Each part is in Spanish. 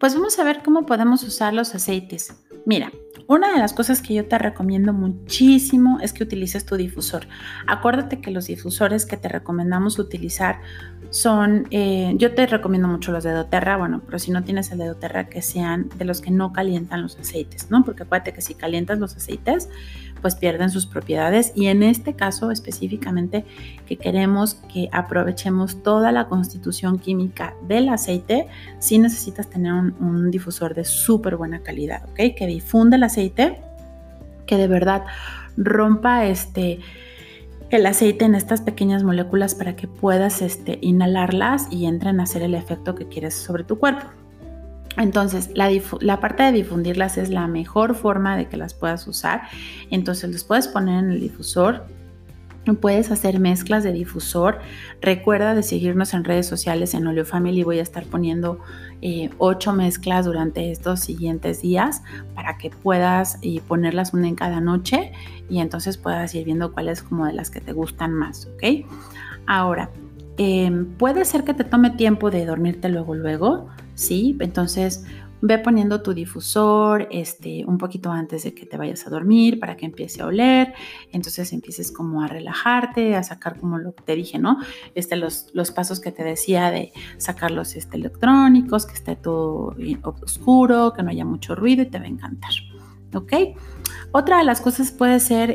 Pues vamos a ver cómo podemos usar los aceites. Mira, una de las cosas que yo te recomiendo muchísimo es que utilices tu difusor. Acuérdate que los difusores que te recomendamos utilizar son, yo te recomiendo mucho los de doTERRA, bueno, pero si no tienes el de doTERRA, que sean de los que no calientan los aceites, ¿no? Porque acuérdate que si calientas los aceites, pues pierden sus propiedades, y en este caso específicamente que queremos que aprovechemos toda la constitución química del aceite, sí necesitas tener un difusor de súper buena calidad, ¿ok? Que difunda el aceite, que de verdad rompa el aceite en estas pequeñas moléculas para que puedas inhalarlas y entren a hacer el efecto que quieres sobre tu cuerpo. Entonces, la parte de difundirlas es la mejor forma de que las puedas usar. Entonces, los puedes poner en el difusor. Puedes hacer mezclas de difusor. Recuerda de seguirnos en redes sociales en Oleofamily. Voy a estar poniendo 8 mezclas durante estos siguientes días para que puedas ponerlas una en cada noche y entonces puedas ir viendo cuáles como de las que te gustan más, ¿ok? Ahora, puede ser que te tome tiempo de dormirte luego, ¿sí? Entonces ve poniendo tu difusor un poquito antes de que te vayas a dormir para que empiece a oler. Entonces empieces como a relajarte, a sacar como lo que te dije, ¿no? Los pasos que te decía de sacar los electrónicos, que esté todo oscuro, que no haya mucho ruido y te va a encantar, ¿ok? Otra de las cosas puede ser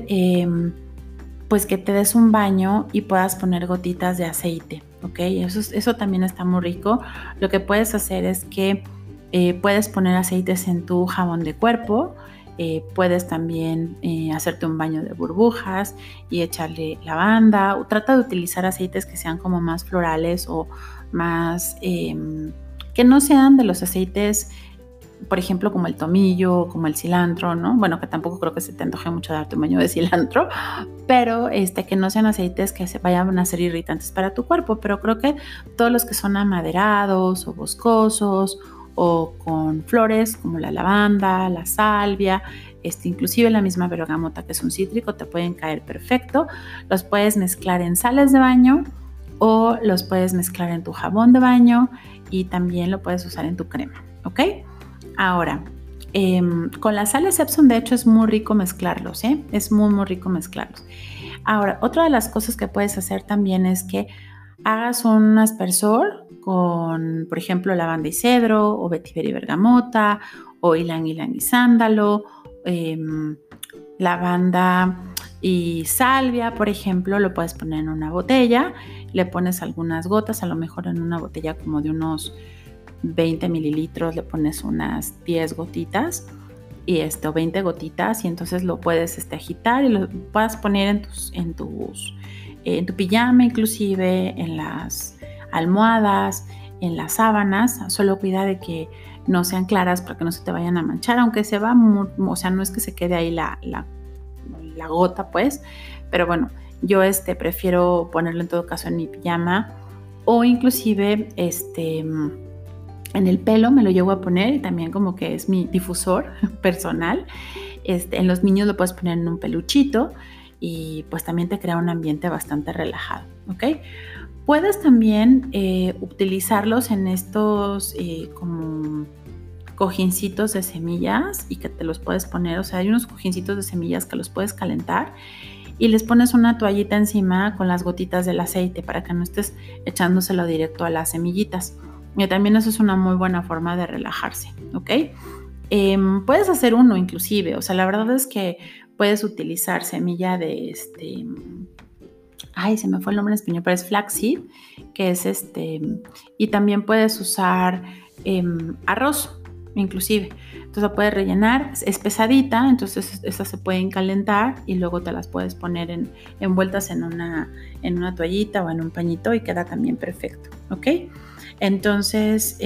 pues que te des un baño y puedas poner gotitas de aceite, ¿ok? Eso también está muy rico. Lo que puedes hacer es que puedes poner aceites en tu jabón de cuerpo, puedes también hacerte un baño de burbujas y echarle lavanda. Trata de utilizar aceites que sean como más florales o más, que no sean de los aceites, por ejemplo, como el tomillo, como el cilantro, ¿no? Bueno, que tampoco creo que se te antoje mucho darte un baño de cilantro, pero que no sean aceites que se vayan a ser irritantes para tu cuerpo. Pero creo que todos los que son amaderados o boscosos o con flores como la lavanda, la salvia, inclusive la misma bergamota, que es un cítrico, te pueden caer perfecto. Los puedes mezclar en sales de baño o los puedes mezclar en tu jabón de baño y también lo puedes usar en tu crema, ¿ok? Ahora, con las sales Epsom, de hecho, es muy rico mezclarlos, ¿eh? Es muy, muy rico mezclarlos. Ahora, otra de las cosas que puedes hacer también es que hagas un aspersor con, por ejemplo, lavanda y cedro, o vetiver y bergamota, o ylang ylang y sándalo, lavanda y salvia, por ejemplo. Lo puedes poner en una botella, le pones algunas gotas, a lo mejor en una botella como de unos 20 mililitros, le pones unas 10 gotitas y 20 gotitas, y entonces lo puedes agitar y lo puedes poner en tu pijama, inclusive en las almohadas, en las sábanas. Solo cuida de que no sean claras para que no se te vayan a manchar, aunque se va, o sea, no es que se quede ahí la gota, pues, pero bueno, yo prefiero ponerlo en todo caso en mi pijama, o inclusive en el pelo me lo llevo a poner, y también como que es mi difusor personal. En los niños lo puedes poner en un peluchito y pues también te crea un ambiente bastante relajado, ¿ok? Puedes también utilizarlos en estos como cojincitos de semillas, y que te los puedes poner, o sea, hay unos cojincitos de semillas que los puedes calentar y les pones una toallita encima con las gotitas del aceite para que no estés echándoselo directo a las semillitas. Y también eso es una muy buena forma de relajarse, ¿ok? Puedes hacer uno inclusive, o sea, la verdad es que puedes utilizar semilla de se me fue el nombre en español, pero es flaxseed, que es y también puedes usar arroz, inclusive. Entonces la puedes rellenar, es pesadita, entonces esas se pueden calentar y luego te las puedes poner envueltas en una toallita o en un pañito, y queda también perfecto, ¿ok? Entonces,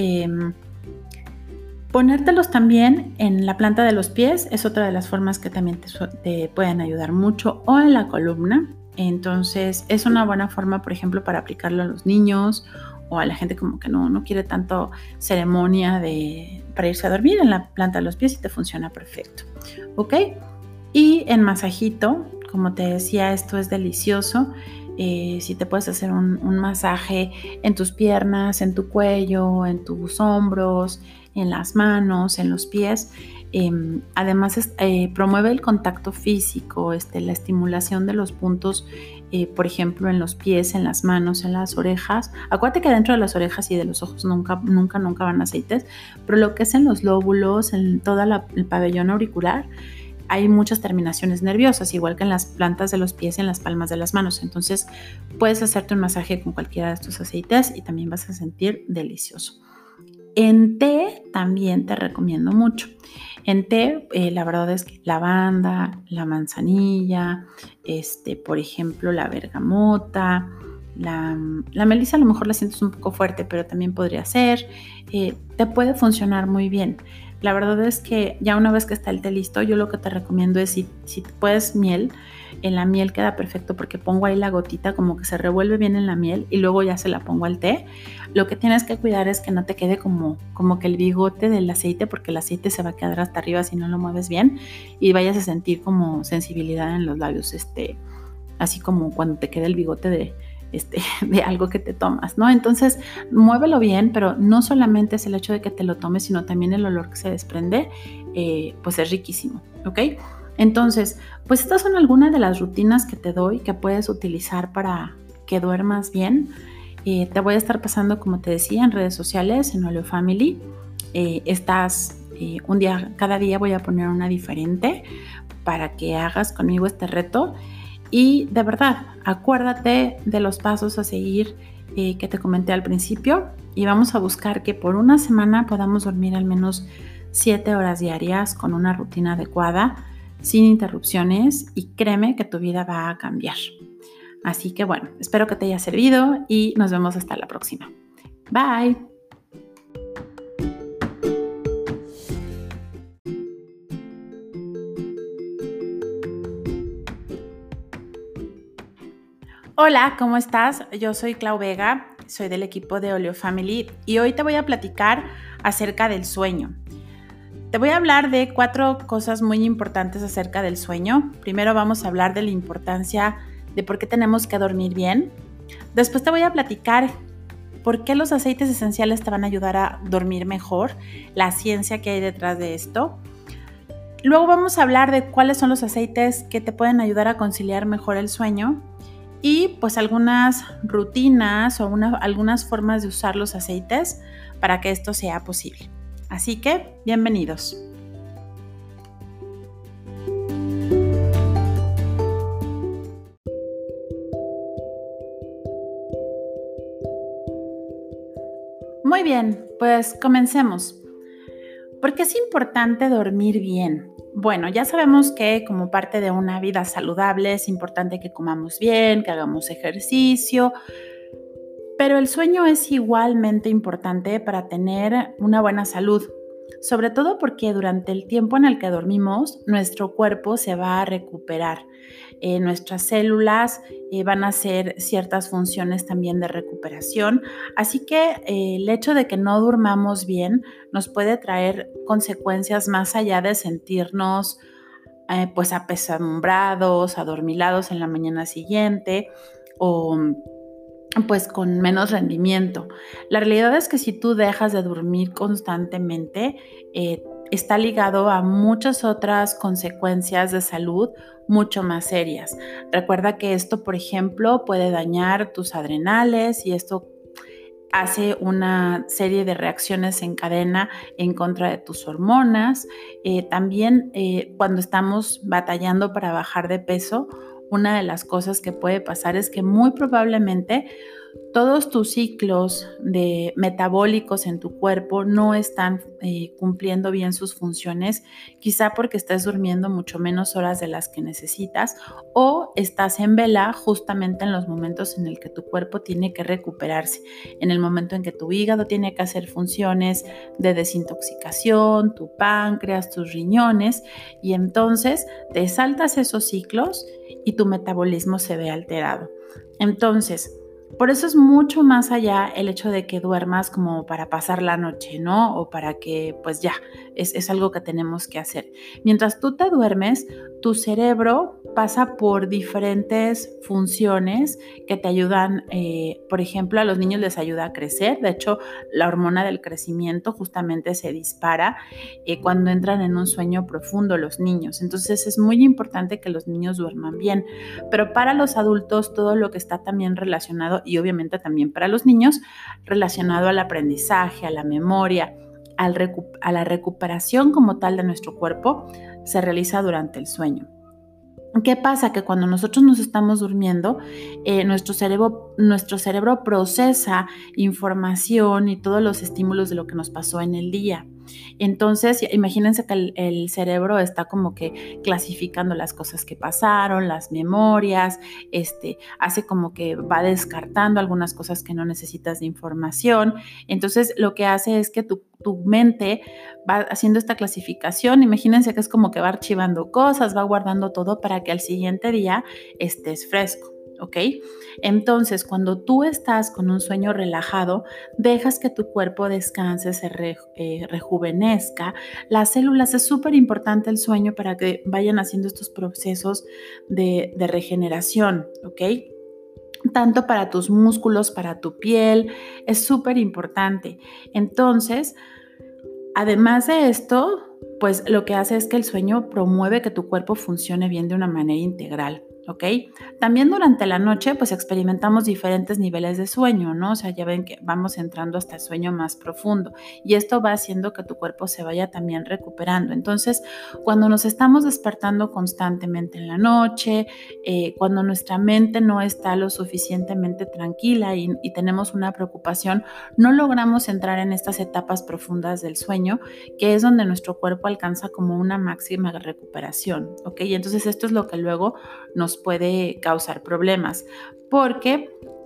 ponértelos también en la planta de los pies es otra de las formas que también te pueden ayudar mucho, o en la columna. Entonces, es una buena forma, por ejemplo, para aplicarlo a los niños o a la gente como que no quiere tanto ceremonia para irse a dormir. En la planta de los pies y te funciona perfecto, ¿ok? Y en masajito, como te decía, esto es delicioso. si te puedes hacer un masaje en tus piernas, en tu cuello, en tus hombros, en las manos, en los pies. Además, promueve el contacto físico, la estimulación de los puntos, por ejemplo, en los pies, en las manos, en las orejas. Acuérdate que dentro de las orejas y de los ojos nunca van aceites, pero lo que es en los lóbulos, en todo el pabellón auricular, hay muchas terminaciones nerviosas, igual que en las plantas de los pies y en las palmas de las manos. Entonces, puedes hacerte un masaje con cualquiera de estos aceites y también vas a sentir delicioso. En té también te recomiendo mucho. En té, la verdad es que lavanda, la manzanilla, por ejemplo, la bergamota, la melisa a lo mejor la sientes un poco fuerte, pero también podría ser. Te puede funcionar muy bien. La verdad es que ya una vez que está el té listo, yo lo que te recomiendo es si puedes miel, en la miel queda perfecto porque pongo ahí la gotita como que se revuelve bien en la miel y luego ya se la pongo al té. Lo que tienes que cuidar es que no te quede como que el bigote del aceite, porque el aceite se va a quedar hasta arriba si no lo mueves bien y vayas a sentir como sensibilidad en los labios, así como cuando te queda el bigote de algo que te tomas, ¿no? Entonces, muévelo bien, pero no solamente es el hecho de que te lo tomes, sino también el olor que se desprende, pues es riquísimo, ¿ok? Entonces, pues estas son algunas de las rutinas que te doy que puedes utilizar para que duermas bien. Te voy a estar pasando, como te decía, en redes sociales, en Oleo Family. Un día, cada día voy a poner una diferente para que hagas conmigo este reto. Y de verdad, acuérdate de los pasos a seguir que te comenté al principio y vamos a buscar que por una semana podamos dormir al menos 7 horas diarias con una rutina adecuada, sin interrupciones, y créeme que tu vida va a cambiar. Así que bueno, espero que te haya servido y nos vemos hasta la próxima. Bye. Hola, ¿cómo estás? Yo soy Clau Vega, soy del equipo de Oleo Family y hoy te voy a platicar acerca del sueño. Te voy a hablar de 4 cosas muy importantes acerca del sueño. Primero vamos a hablar de la importancia de por qué tenemos que dormir bien. Después te voy a platicar por qué los aceites esenciales te van a ayudar a dormir mejor, la ciencia que hay detrás de esto. Luego vamos a hablar de cuáles son los aceites que te pueden ayudar a conciliar mejor el sueño y pues algunas rutinas o algunas formas de usar los aceites para que esto sea posible. Así que, bienvenidos. Muy bien, pues comencemos. ¿Por qué es importante dormir bien? Bueno, ya sabemos que como parte de una vida saludable es importante que comamos bien, que hagamos ejercicio, pero el sueño es igualmente importante para tener una buena salud, sobre todo porque durante el tiempo en el que dormimos, nuestro cuerpo se va a recuperar. Nuestras células van a hacer ciertas funciones también de recuperación, así que el hecho de que no durmamos bien nos puede traer consecuencias más allá de sentirnos pues apesadumbrados, adormilados en la mañana siguiente o pues con menos rendimiento. La realidad es que si tú dejas de dormir constantemente, está ligado a muchas otras consecuencias de salud mucho más serias. Recuerda que esto, por ejemplo, puede dañar tus adrenales y esto hace una serie de reacciones en cadena en contra de tus hormonas. También cuando estamos batallando para bajar de peso, una de las cosas que puede pasar es que muy probablemente todos tus ciclos de metabólicos en tu cuerpo no están cumpliendo bien sus funciones, quizá porque estás durmiendo mucho menos horas de las que necesitas o estás en vela justamente en los momentos en el que tu cuerpo tiene que recuperarse, en el momento en que tu hígado tiene que hacer funciones de desintoxicación, tu páncreas, tus riñones, y entonces te saltas esos ciclos y tu metabolismo se ve alterado. Entonces, Por eso es mucho más allá el hecho de que duermas como para pasar la noche, ¿no? O para que, pues ya, es algo que tenemos que hacer. Mientras tú te duermes, tu cerebro pasa por diferentes funciones que te ayudan, por ejemplo, a los niños les ayuda a crecer. De hecho, la hormona del crecimiento justamente se dispara cuando entran en un sueño profundo los niños. Entonces es muy importante que los niños duerman bien. Pero para los adultos, todo lo que está también relacionado, y obviamente también para los niños, relacionado al aprendizaje, a la memoria, a la recuperación como tal de nuestro cuerpo, se realiza durante el sueño. ¿Qué pasa? Que cuando nosotros nos estamos durmiendo, nuestro cerebro procesa información y todos los estímulos de lo que nos pasó en el día. Entonces, imagínense que el cerebro está como que clasificando las cosas que pasaron, las memorias, hace como que va descartando algunas cosas que no necesitas de información. Entonces, lo que hace es que tu mente va haciendo esta clasificación. Imagínense que es como que va archivando cosas, va guardando todo para que al siguiente día estés fresco. ¿Ok? Entonces, cuando tú estás con un sueño relajado, dejas que tu cuerpo descanse, se rejuvenezca. Las células, es súper importante el sueño para que vayan haciendo estos procesos de regeneración, ¿ok? Tanto para tus músculos, para tu piel, es súper importante. Entonces, además de esto, pues lo que hace es que el sueño promueve que tu cuerpo funcione bien de una manera integral, ¿ok? También durante la noche, pues experimentamos diferentes niveles de sueño, ¿no? O sea, ya ven que vamos entrando hasta el sueño más profundo y esto va haciendo que tu cuerpo se vaya también recuperando. Entonces, cuando nos estamos despertando constantemente en la noche, cuando nuestra mente no está lo suficientemente tranquila y tenemos una preocupación, no logramos entrar en estas etapas profundas del sueño, que es donde nuestro cuerpo alcanza como una máxima recuperación, ¿ok? Y entonces esto es lo que luego nos puede causar problemas, porque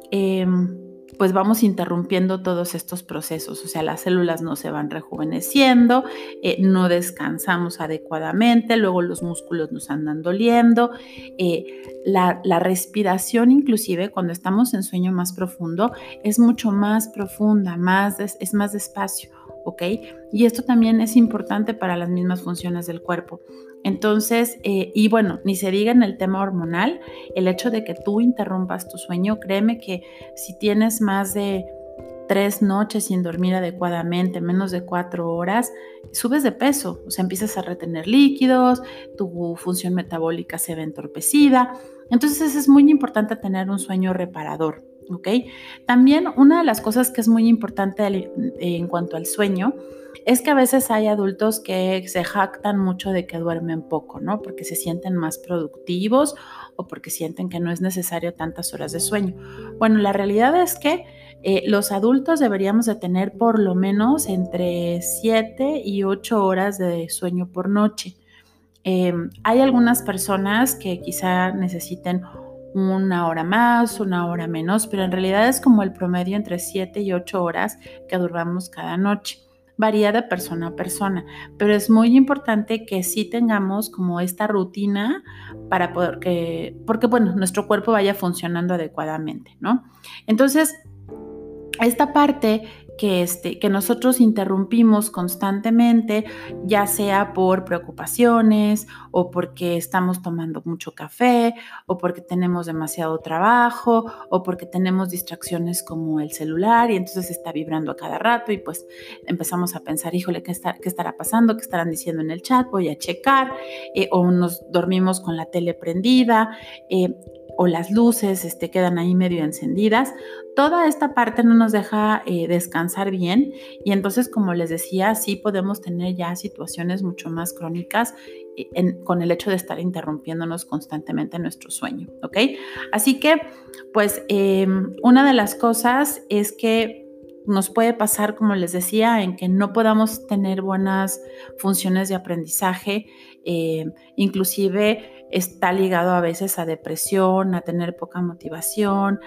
pues vamos interrumpiendo todos estos procesos, o sea, las células no se van rejuveneciendo, no descansamos adecuadamente, luego los músculos nos andan doliendo, la respiración inclusive cuando estamos en sueño más profundo es mucho más profunda, es más despacio, ¿ok? Y esto también es importante para las mismas funciones del cuerpo. Entonces, y bueno, ni se diga en el tema hormonal, el hecho de que tú interrumpas tu sueño, créeme que si tienes más de 3 noches sin dormir adecuadamente, menos de 4 horas, subes de peso, o sea, empiezas a retener líquidos, tu función metabólica se ve entorpecida. Entonces, es muy importante tener un sueño reparador, ¿ok? También una de las cosas que es muy importante en cuanto al sueño es que a veces hay adultos que se jactan mucho de que duermen poco, ¿no? Porque se sienten más productivos o porque sienten que no es necesario tantas horas de sueño. Bueno, la realidad es que los adultos deberíamos de tener por lo menos entre 7 y 8 horas de sueño por noche. Hay algunas personas que quizá necesiten una hora más, una hora menos, pero en realidad es como el promedio entre 7 y 8 horas que durmamos cada noche. Varía de persona a persona, pero es muy importante que sí tengamos como esta rutina para poder porque bueno, nuestro cuerpo vaya funcionando adecuadamente, ¿no? Entonces, esta parte que nosotros interrumpimos constantemente, ya sea por preocupaciones o porque estamos tomando mucho café o porque tenemos demasiado trabajo o porque tenemos distracciones como el celular y entonces está vibrando a cada rato y pues empezamos a pensar, híjole, ¿qué estará pasando? ¿Qué estarán diciendo en el chat? Voy a checar, o nos dormimos con la tele prendida, o las luces quedan ahí medio encendidas. Toda esta parte no nos deja descansar bien y entonces, como les decía, sí podemos tener ya situaciones mucho más crónicas con el hecho de estar interrumpiéndonos constantemente nuestro sueño, ¿ok? Así que, pues, una de las cosas es que nos puede pasar, como les decía, en que no podamos tener buenas funciones de aprendizaje, inclusive está ligado a veces a depresión, a tener poca motivación,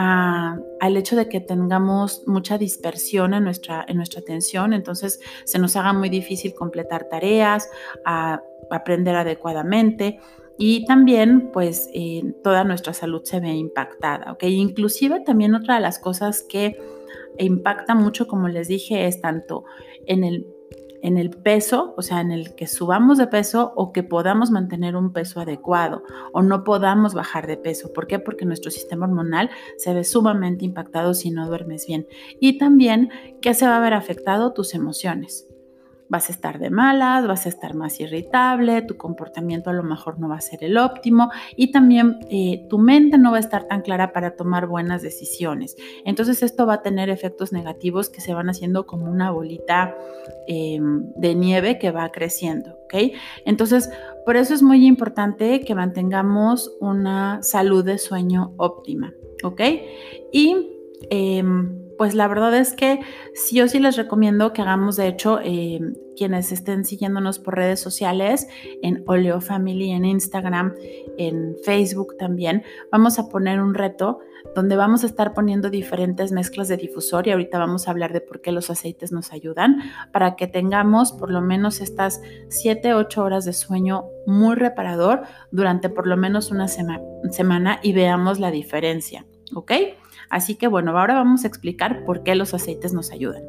al hecho de que tengamos mucha dispersión en nuestra atención, entonces se nos haga muy difícil completar tareas, a aprender adecuadamente. y también pues toda nuestra salud se ve impactada, ¿ok? Inclusive también otra de las cosas que impacta mucho, como les dije, es tanto en el peso, o sea, en el que subamos de peso o que podamos mantener un peso adecuado o no podamos bajar de peso. ¿Por qué? Porque nuestro sistema hormonal se ve sumamente impactado si no duermes bien. Y también que se va a ver afectado tus emociones. Vas a estar de malas, vas a estar más irritable, tu comportamiento a lo mejor no va a ser el óptimo y también tu mente no va a estar tan clara para tomar buenas decisiones. Entonces esto va a tener efectos negativos que se van haciendo como una bolita de nieve que va creciendo, ¿ok? Entonces, por eso es muy importante que mantengamos una salud de sueño óptima, ¿ok? Y pues la verdad es que yo sí les recomiendo que hagamos, de hecho, quienes estén siguiéndonos por redes sociales, en Oleo Family, en Instagram, en Facebook también, vamos a poner un reto donde vamos a estar poniendo diferentes mezclas de difusor y ahorita vamos a hablar de por qué los aceites nos ayudan para que tengamos por lo menos estas 7-8 horas de sueño muy reparador durante por lo menos una semana y veamos la diferencia, ¿ok? Así que bueno, ahora vamos a explicar por qué los aceites nos ayudan.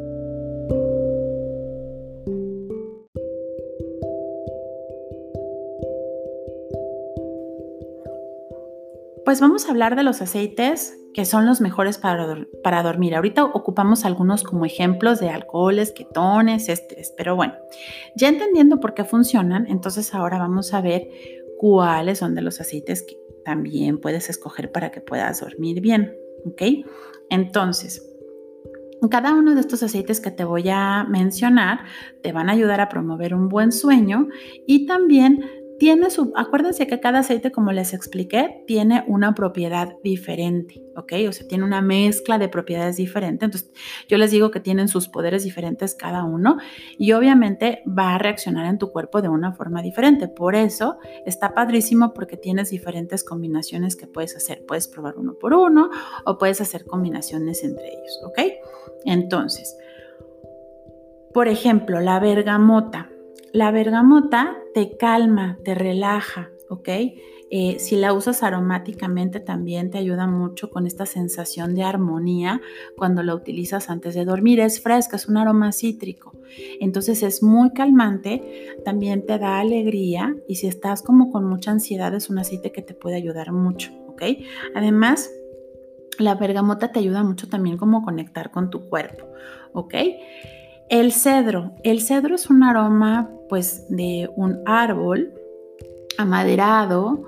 Pues vamos a hablar de los aceites que son los mejores para dormir. Ahorita ocupamos algunos como ejemplos de alcoholes, ketones, ésteres, pero bueno, ya entendiendo por qué funcionan, entonces ahora vamos a ver cuáles son de los aceites que también puedes escoger para que puedas dormir bien, ¿ok? Entonces, cada uno de estos aceites que te voy a mencionar te van a ayudar a promover un buen sueño y también acuérdense que cada aceite, como les expliqué, tiene una propiedad diferente, ¿ok? O sea, tiene una mezcla de propiedades diferentes. Entonces, yo les digo que tienen sus poderes diferentes cada uno y obviamente va a reaccionar en tu cuerpo de una forma diferente. Por eso está padrísimo porque tienes diferentes combinaciones que puedes hacer. Puedes probar uno por uno o puedes hacer combinaciones entre ellos, ¿ok? Entonces, por ejemplo, la bergamota. La bergamota te calma, te relaja, ¿ok? Si la usas aromáticamente también te ayuda mucho con esta sensación de armonía cuando la utilizas antes de dormir. Es fresca, es un aroma cítrico. Entonces es muy calmante, también te da alegría y si estás como con mucha ansiedad es un aceite que te puede ayudar mucho, ¿ok? Además, la bergamota te ayuda mucho también como conectar con tu cuerpo, ¿ok? El cedro es un aroma pues de un árbol amaderado,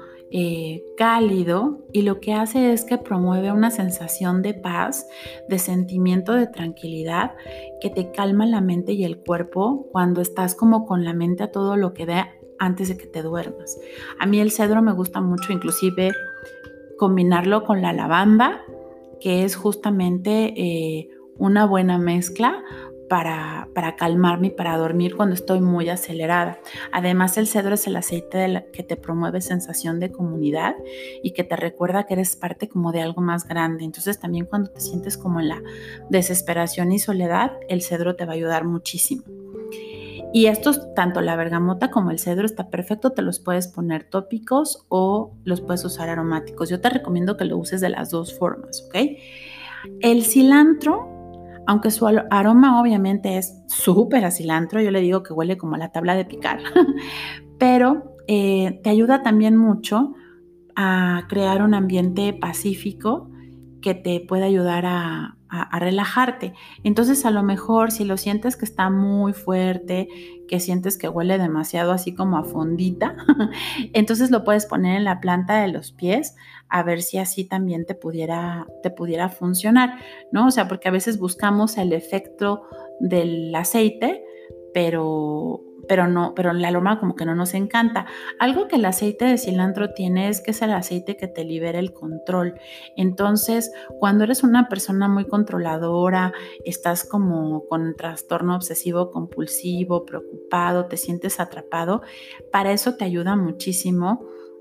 cálido y lo que hace es que promueve una sensación de paz, de sentimiento de tranquilidad que te calma la mente y el cuerpo cuando estás como con la mente a todo lo que da antes de que te duermas. A mí el cedro me gusta mucho, inclusive combinarlo con la lavanda, que es justamente una buena mezcla para calmarme y para dormir cuando estoy muy acelerada. Además, el cedro es el aceite que te promueve sensación de comunidad y que te recuerda que eres parte como de algo más grande. Entonces, también cuando te sientes como en la desesperación y soledad, el cedro te va a ayudar muchísimo. Y estos, tanto la bergamota como el cedro, está perfecto, te los puedes poner tópicos o los puedes usar aromáticos. Yo te recomiendo que lo uses de las dos formas, ¿ok? El cilantro, aunque su aroma obviamente es súper a cilantro, yo le digo que huele como a la tabla de picar, pero te ayuda también mucho a crear un ambiente pacífico que te puede ayudar a relajarte. Entonces, a lo mejor si lo sientes que está muy fuerte, que sientes que huele demasiado así como a fondita, entonces lo puedes poner en la planta de los pies a ver si así también te pudiera funcionar, ¿no? O sea, porque a veces buscamos el efecto del aceite, pero el aroma como que no nos encanta. Algo que el aceite de cilantro tiene es que es el aceite que te libera el control. Entonces, cuando eres una persona muy controladora, estás como con trastorno obsesivo compulsivo, preocupado, te sientes atrapado, para eso te ayuda muchísimo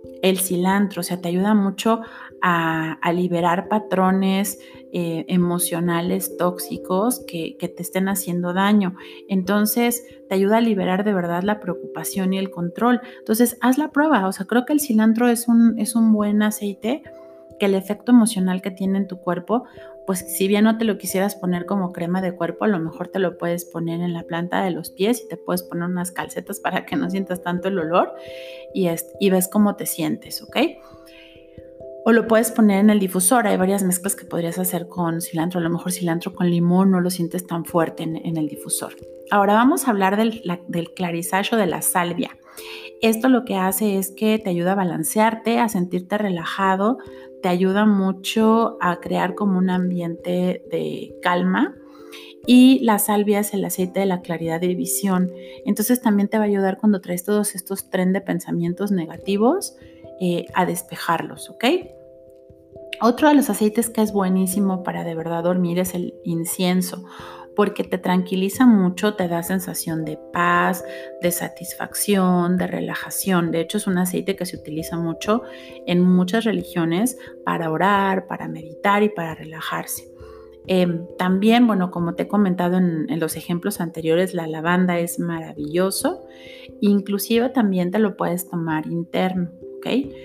El cilantro, o sea, te ayuda mucho a liberar patrones emocionales tóxicos que te estén haciendo daño. Entonces, te ayuda a liberar de verdad la preocupación y el control. Entonces, haz la prueba. O sea, creo que el cilantro es un buen aceite, que el efecto emocional que tiene en tu cuerpo, pues si bien no te lo quisieras poner como crema de cuerpo, a lo mejor te lo puedes poner en la planta de los pies y te puedes poner unas calcetas para que no sientas tanto el olor y ves cómo te sientes, ¿ok? O lo puedes poner en el difusor. Hay varias mezclas que podrías hacer con cilantro. A lo mejor cilantro con limón no lo sientes tan fuerte en el difusor. Ahora vamos a hablar del clarisage o de la salvia. Esto lo que hace es que te ayuda a balancearte, a sentirte relajado, te ayuda mucho a crear como un ambiente de calma. Y la salvia es el aceite de la claridad de visión. Entonces también te va a ayudar cuando traes todos estos tren de pensamientos negativos a despejarlos, ¿ok? Otro de los aceites que es buenísimo para de verdad dormir es el incienso, porque te tranquiliza mucho, te da sensación de paz, de satisfacción, de relajación. De hecho, es un aceite que se utiliza mucho en muchas religiones para orar, para meditar y para relajarse. También, bueno, como te he comentado en los ejemplos anteriores, la lavanda es maravilloso. Inclusive también te lo puedes tomar interno, ¿ok?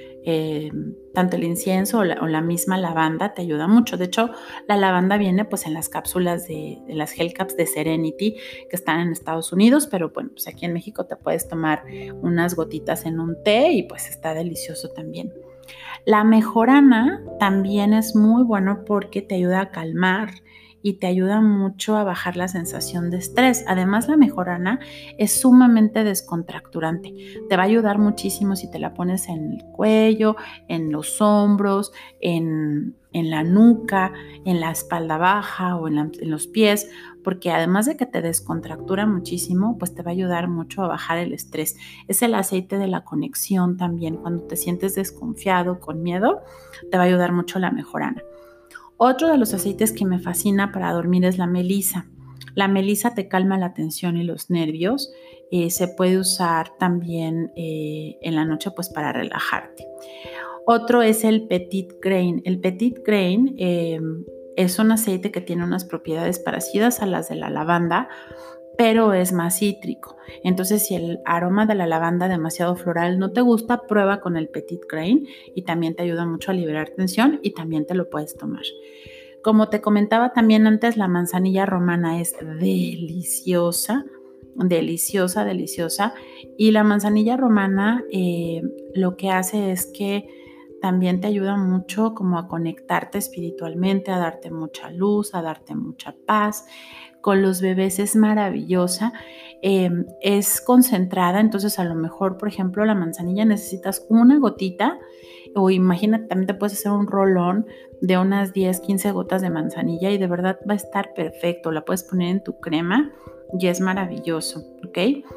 Tanto el incienso o la misma lavanda te ayuda mucho. De hecho, la lavanda viene pues en las cápsulas de las Gel Caps de Serenity que están en Estados Unidos, pero bueno, pues aquí en México te puedes tomar unas gotitas en un té y pues está delicioso también. La mejorana también es muy bueno porque te ayuda a calmar y te ayuda mucho a bajar la sensación de estrés. Además, la mejorana es sumamente descontracturante. Te va a ayudar muchísimo si te la pones en el cuello, en los hombros, en la nuca, en la espalda baja o en los pies, porque además de que te descontractura muchísimo, pues te va a ayudar mucho a bajar el estrés. Es el aceite de la conexión también. Cuando te sientes desconfiado, con miedo, te va a ayudar mucho la mejorana. Otro de los aceites que me fascina para dormir es la melisa. La melisa te calma la tensión y los nervios. Se puede usar también en la noche pues para relajarte. Otro es el Petit Grain. El Petit Grain es un aceite que tiene unas propiedades parecidas a las de la lavanda, pero es más cítrico. Entonces, si el aroma de la lavanda demasiado floral no te gusta, prueba con el Petit Grain y también te ayuda mucho a liberar tensión y también te lo puedes tomar. Como te comentaba también antes, la manzanilla romana es deliciosa, deliciosa, deliciosa. Y la manzanilla romana lo que hace es que también te ayuda mucho como a conectarte espiritualmente, a darte mucha luz, a darte mucha paz. Con los bebés es maravillosa, es concentrada, entonces a lo mejor, por ejemplo, la manzanilla necesitas una gotita o imagínate, también te puedes hacer un rolón de unas 10, 15 gotas de manzanilla y de verdad va a estar perfecto, la puedes poner en tu crema y es maravilloso, ¿ok?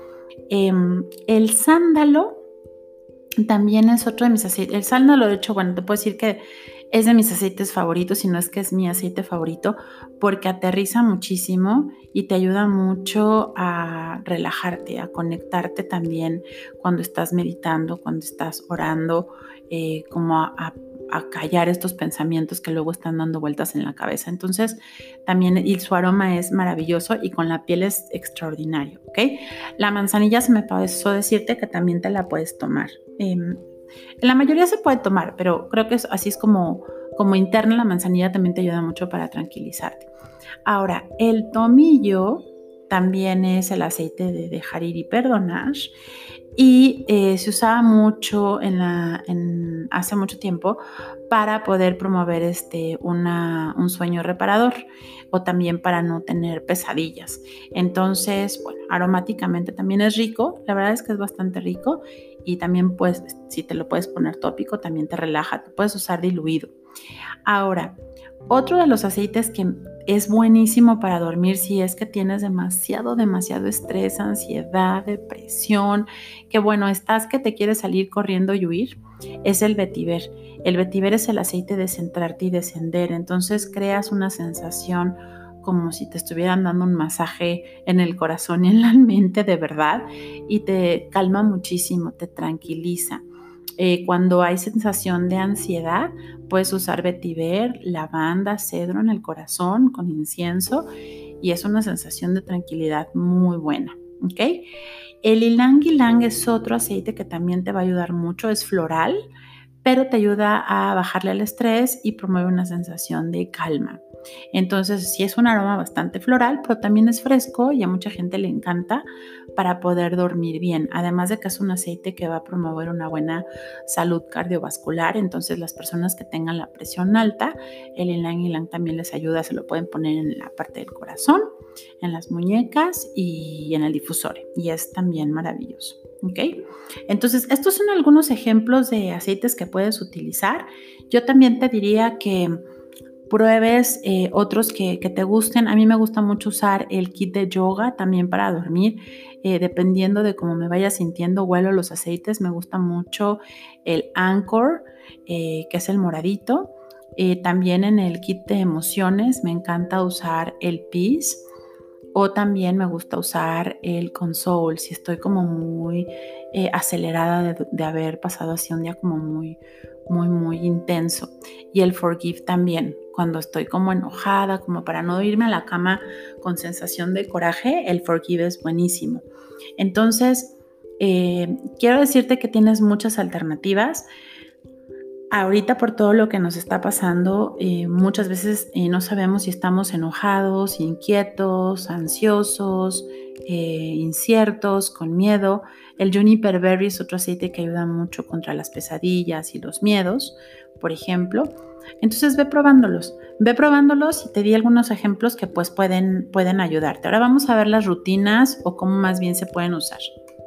El sándalo también es otro de mis aceites. El sándalo, de hecho, bueno, te puedo decir que es de mis aceites favoritos, si no es que es mi aceite favorito, porque aterriza muchísimo y te ayuda mucho a relajarte, a conectarte también cuando estás meditando, cuando estás orando, como a callar estos pensamientos que luego están dando vueltas en la cabeza. Entonces, también, y su aroma es maravilloso y con la piel es extraordinario, ¿ok? La manzanilla se me pasó decirte que también te la puedes tomar. La mayoría se puede tomar, pero creo que así es como interna la manzanilla también te ayuda mucho para tranquilizarte. Ahora, el tomillo también es el aceite de dejar ir y perdonar y se usaba mucho hace mucho tiempo para poder promover un sueño reparador o también para no tener pesadillas. Entonces, bueno, aromáticamente también es rico, la verdad es que es bastante rico y también pues si te lo puedes poner tópico también te relaja, te puedes usar diluido. Ahora, otro de los aceites que es buenísimo para dormir si es que tienes demasiado estrés, ansiedad, depresión, que bueno, estás que te quieres salir corriendo y huir, es el vetiver. El vetiver es el aceite de centrarte y descender, entonces creas una sensación como si te estuvieran dando un masaje en el corazón y en la mente de verdad y te calma muchísimo, te tranquiliza. Cuando hay sensación de ansiedad, puedes usar vetiver, lavanda, cedro en el corazón con incienso y es una sensación de tranquilidad muy buena, ¿ok? El ylang ylang es otro aceite que también te va a ayudar mucho, es floral, pero te ayuda a bajarle el estrés y promueve una sensación de calma. Entonces, sí es un aroma bastante floral, pero también es fresco y a mucha gente le encanta para poder dormir bien. Además de que es un aceite que va a promover una buena salud cardiovascular, entonces las personas que tengan la presión alta, el ylang ylang también les ayuda, se lo pueden poner en la parte del corazón, en las muñecas y en el difusor, y es también maravilloso. ¿Ok? Entonces, estos son algunos ejemplos de aceites que puedes utilizar. Yo también te diría que pruebes otros que te gusten. A mí me gusta mucho usar el kit de yoga también para dormir, dependiendo de cómo me vaya sintiendo, huelo los aceites. Me gusta mucho el Anchor, que es el moradito. También en el kit de emociones me encanta usar el Peace. O también me gusta usar el Console si estoy como muy acelerada de haber pasado así un día como muy intenso. Y el Forgive también, cuando estoy como enojada, como para no irme a la cama con sensación de coraje, el Forgive es buenísimo. Entonces, quiero decirte que tienes muchas alternativas. Ahorita por todo lo que nos está pasando, muchas veces no sabemos si estamos enojados, inquietos, ansiosos, inciertos, con miedo. El Juniper Berry es otro aceite que ayuda mucho contra las pesadillas y los miedos, por ejemplo. Entonces ve probándolos y te di algunos ejemplos que pues pueden ayudarte. Ahora vamos a ver las rutinas o cómo más bien se pueden usar.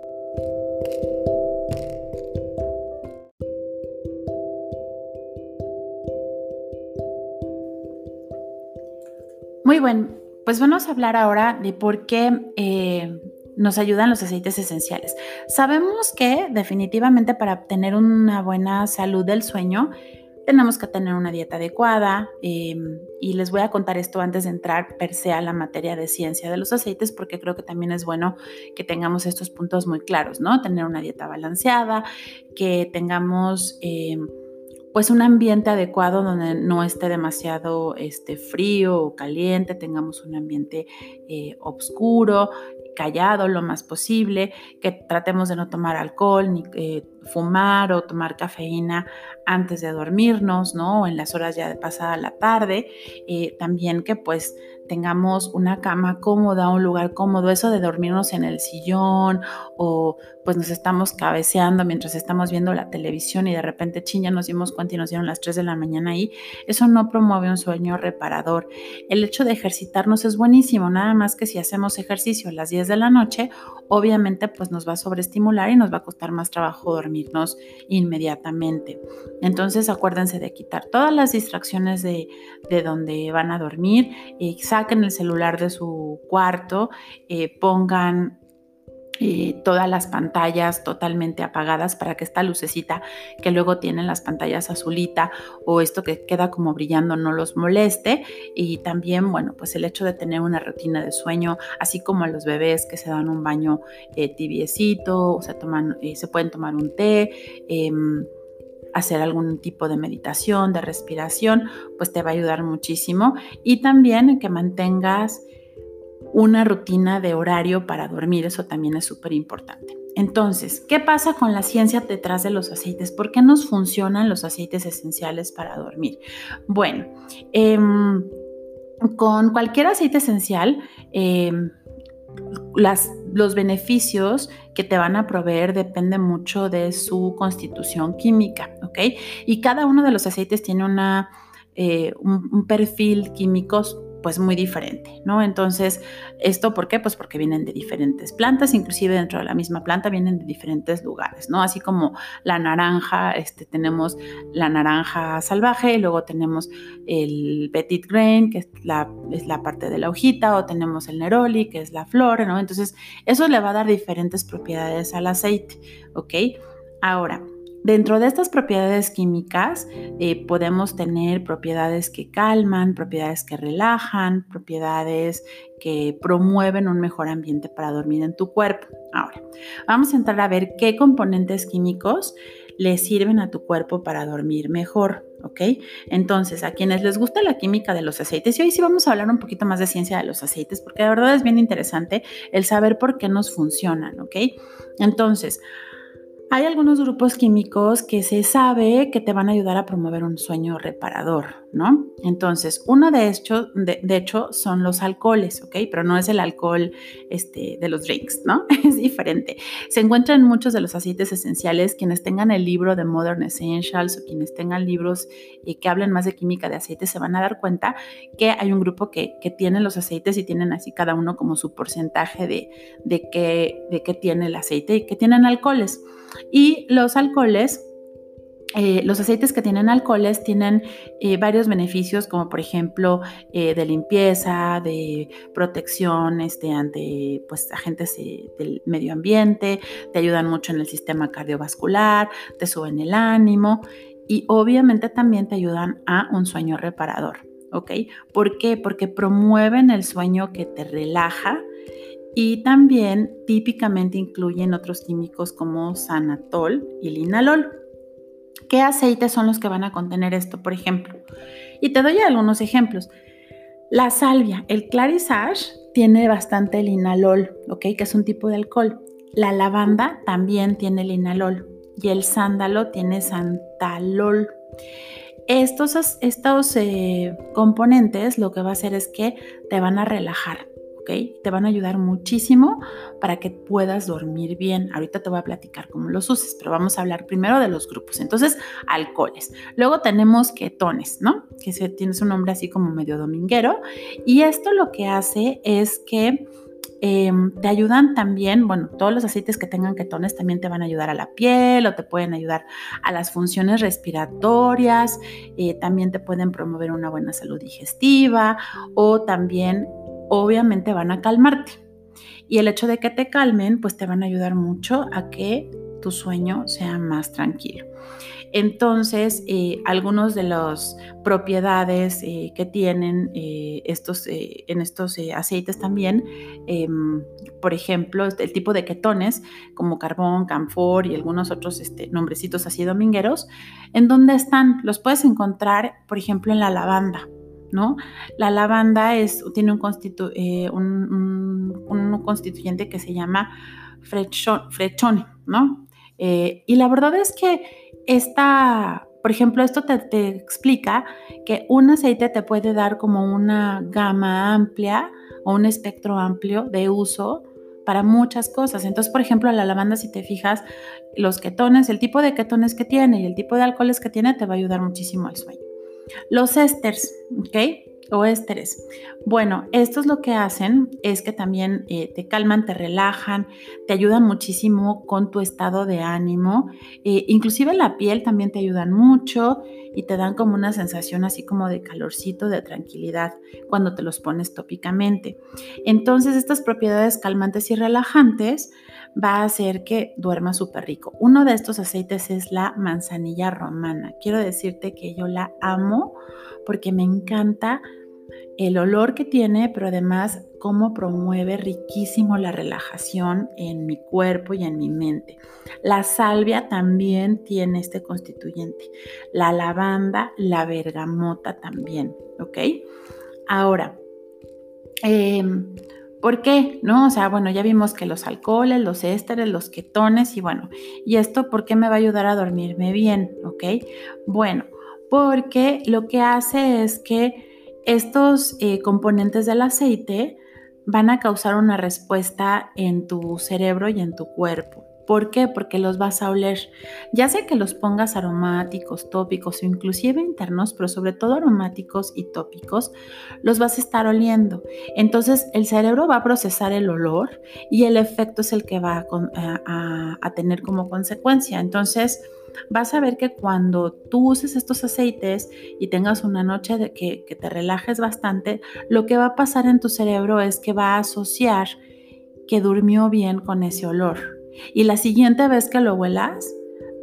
Muy bien, pues vamos a hablar ahora de por qué nos ayudan los aceites esenciales. Sabemos que definitivamente para tener una buena salud del sueño tenemos que tener una dieta adecuada y les voy a contar esto antes de entrar per se a la materia de ciencia de los aceites porque creo que también es bueno que tengamos estos puntos muy claros, ¿no? Tener una dieta balanceada, que tengamos pues un ambiente adecuado donde no esté demasiado frío o caliente, tengamos un ambiente oscuro, callado lo más posible, que tratemos de no tomar alcohol, ni fumar o tomar cafeína antes de dormirnos, ¿no? O en las horas ya de pasada la tarde. También que pues tengamos una cama cómoda, un lugar cómodo, eso de dormirnos en el sillón o pues nos estamos cabeceando mientras estamos viendo la televisión y de repente ya nos dimos cuenta y nos dieron las 3 de la mañana ahí, eso no promueve un sueño reparador. El hecho de ejercitarnos es buenísimo, nada más que si hacemos ejercicio a las 10 de la noche, obviamente pues nos va a sobreestimular y nos va a costar más trabajo dormirnos inmediatamente. Entonces acuérdense de quitar todas las distracciones de donde van a dormir, saquen el celular de su cuarto, pongan todas las pantallas totalmente apagadas para que esta lucecita que luego tienen las pantallas azulita o esto que queda como brillando no los moleste. Y también, bueno, pues el hecho de tener una rutina de sueño, así como a los bebés que se dan un baño tibiecito, o se pueden tomar un té, hacer algún tipo de meditación, de respiración, pues te va a ayudar muchísimo. Y también que mantengas una rutina de horario para dormir, eso también es súper importante. Entonces, ¿qué pasa con la ciencia detrás de los aceites? ¿Por qué nos funcionan los aceites esenciales para dormir? Bueno, con cualquier aceite esencial, los beneficios que te van a proveer dependen mucho de su constitución química, ¿ok? Y cada uno de los aceites tiene un perfil químico pues muy diferente, ¿no? Entonces, ¿esto por qué? Pues porque vienen de diferentes plantas, inclusive dentro de la misma planta vienen de diferentes lugares, ¿no? Así como la naranja, tenemos la naranja salvaje y luego tenemos el petit grain, que es la parte de la hojita, o tenemos el neroli, que es la flor, ¿no? Entonces, eso le va a dar diferentes propiedades al aceite, ¿ok? Ahora, dentro de estas propiedades químicas podemos tener propiedades que calman, propiedades que relajan, propiedades que promueven un mejor ambiente para dormir en tu cuerpo. Ahora, vamos a entrar a ver qué componentes químicos le sirven a tu cuerpo para dormir mejor, ¿ok? Entonces, a quienes les gusta la química de los aceites, y hoy sí vamos a hablar un poquito más de ciencia de los aceites, porque de verdad es bien interesante el saber por qué nos funcionan, ¿ok? Entonces, hay algunos grupos químicos que se sabe que te van a ayudar a promover un sueño reparador, ¿no? Entonces, uno de hecho son los alcoholes, ¿ok? Pero no es el alcohol de los drinks, ¿no? Es diferente. Se encuentra en muchos de los aceites esenciales. Quienes tengan el libro de Modern Essentials o quienes tengan libros que hablen más de química de aceites se van a dar cuenta que hay un grupo que tiene los aceites y tienen así cada uno como su porcentaje de qué tiene el aceite y que tienen alcoholes. Y los alcoholes, los aceites que tienen alcoholes tienen varios beneficios, como por ejemplo de limpieza, de protección ante agentes del medio ambiente, te ayudan mucho en el sistema cardiovascular, te suben el ánimo y obviamente también te ayudan a un sueño reparador, ¿ok? ¿Por qué? Porque promueven el sueño que te relaja. Y también típicamente incluyen otros químicos como sanatol y linalol. ¿Qué aceites son los que van a contener esto, por ejemplo? Y te doy algunos ejemplos. La salvia, el clarisage, tiene bastante linalol, ¿ok? Que es un tipo de alcohol. La lavanda también tiene linalol y el sándalo tiene santalol. Estos componentes lo que va a hacer es que te van a relajar, ¿ok? Te van a ayudar muchísimo para que puedas dormir bien. Ahorita te voy a platicar cómo los uses, pero vamos a hablar primero de los grupos. Entonces, alcoholes. Luego tenemos ketones, ¿no? Que tiene un nombre así como medio dominguero. Y esto lo que hace es que te ayudan también, bueno, todos los aceites que tengan ketones también te van a ayudar a la piel o te pueden ayudar a las funciones respiratorias, también te pueden promover una buena salud digestiva o también obviamente van a calmarte. Y el hecho de que te calmen, pues te van a ayudar mucho a que tu sueño sea más tranquilo. Entonces, algunas de las propiedades que tienen en estos aceites también, por ejemplo, el tipo de ketones como carbón, camfor y algunos otros nombrecitos así domingueros, ¿en dónde están? Los puedes encontrar, por ejemplo, en la lavanda, ¿no? La lavanda tiene un constituyente que se llama frechone, ¿no? Y la verdad es que por ejemplo, esto te explica que un aceite te puede dar como una gama amplia o un espectro amplio de uso para muchas cosas. Entonces, por ejemplo, la lavanda, si te fijas, los ketones, el tipo de ketones que tiene y el tipo de alcoholes que tiene te va a ayudar muchísimo al sueño. Los ésteres, ¿ok? O ésteres. Bueno, estos lo que hacen es que también te calman, te relajan, te ayudan muchísimo con tu estado de ánimo. Inclusive la piel también te ayudan mucho y te dan como una sensación así como de calorcito, de tranquilidad cuando te los pones tópicamente. Entonces, estas propiedades calmantes y relajantes va a hacer que duermas súper rico. Uno de estos aceites es la manzanilla romana. Quiero decirte que yo la amo porque me encanta el olor que tiene, pero además cómo promueve riquísimo la relajación en mi cuerpo y en mi mente. La salvia también tiene este constituyente. La lavanda, la bergamota también, ¿ok? Ahora, ¿por qué? ¿No? O sea, bueno, ya vimos que los alcoholes, los ésteres, los ketones y bueno, ¿y esto por qué me va a ayudar a dormirme bien? ¿Ok? Bueno, porque lo que hace es que estos componentes del aceite van a causar una respuesta en tu cerebro y en tu cuerpo. ¿Por qué? Porque los vas a oler. Ya sea que los pongas aromáticos, tópicos o inclusive internos, pero sobre todo aromáticos y tópicos, los vas a estar oliendo. Entonces el cerebro va a procesar el olor y el efecto es el que va a tener como consecuencia. Entonces vas a ver que cuando tú uses estos aceites y tengas una noche de que te relajes bastante, lo que va a pasar en tu cerebro es que va a asociar que durmió bien con ese olor. Y la siguiente vez que lo huelas,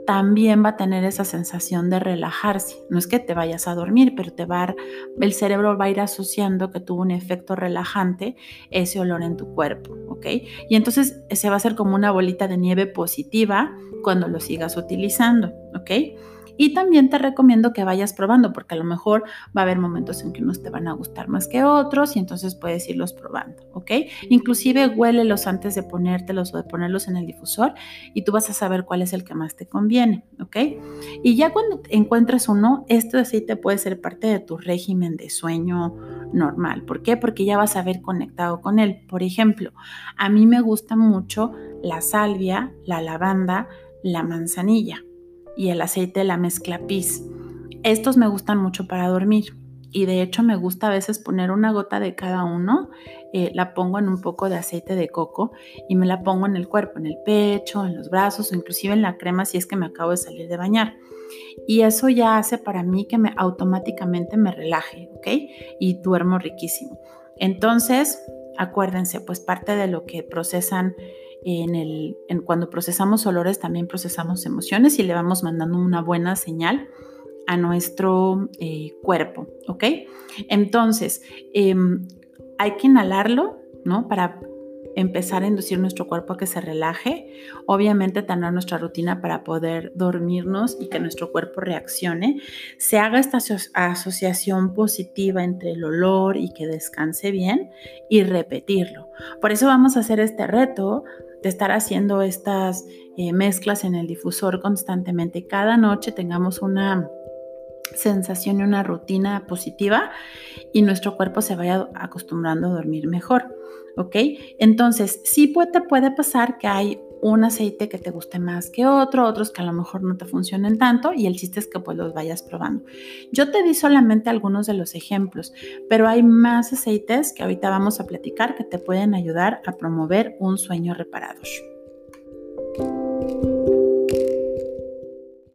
también va a tener esa sensación de relajarse. No es que te vayas a dormir, pero el cerebro va a ir asociando que tuvo un efecto relajante ese olor en tu cuerpo, ¿ok? Y entonces se va a hacer como una bolita de nieve positiva cuando lo sigas utilizando, ¿ok? Y también te recomiendo que vayas probando, porque a lo mejor va a haber momentos en que unos te van a gustar más que otros y entonces puedes irlos probando, ¿ok? Inclusive huélelos antes de ponértelos o de ponerlos en el difusor y tú vas a saber cuál es el que más te conviene, ¿ok? Y ya cuando encuentres uno, este aceite puede ser parte de tu régimen de sueño normal. ¿Por qué? Porque ya vas a haber conectado con él. Por ejemplo, a mí me gusta mucho la salvia, la lavanda, la manzanilla y el aceite de la mezcla Peace. Estos me gustan mucho para dormir y de hecho me gusta a veces poner una gota de cada uno, la pongo en un poco de aceite de coco y me la pongo en el cuerpo, en el pecho, en los brazos o inclusive en la crema si es que me acabo de salir de bañar. Y eso ya hace para mí que automáticamente me relaje, ¿ok? Y duermo riquísimo. Entonces, acuérdense, pues parte de lo que procesan cuando procesamos olores, también procesamos emociones y le vamos mandando una buena señal a nuestro cuerpo, ¿ok? Entonces, hay que inhalarlo, ¿no? Para empezar a inducir nuestro cuerpo a que se relaje, obviamente tener nuestra rutina para poder dormirnos y que nuestro cuerpo reaccione, se haga esta asociación positiva entre el olor y que descanse bien y repetirlo. Por eso vamos a hacer este reto de estar haciendo estas mezclas en el difusor constantemente. Cada noche tengamos una sensación y una rutina positiva y nuestro cuerpo se vaya acostumbrando a dormir mejor, ¿ok? Entonces, sí te puede pasar que hay un aceite que te guste más que otros que a lo mejor no te funcionen tanto y el chiste es que pues los vayas probando. Yo te di solamente algunos de los ejemplos, pero hay más aceites que ahorita vamos a platicar que te pueden ayudar a promover un sueño reparador.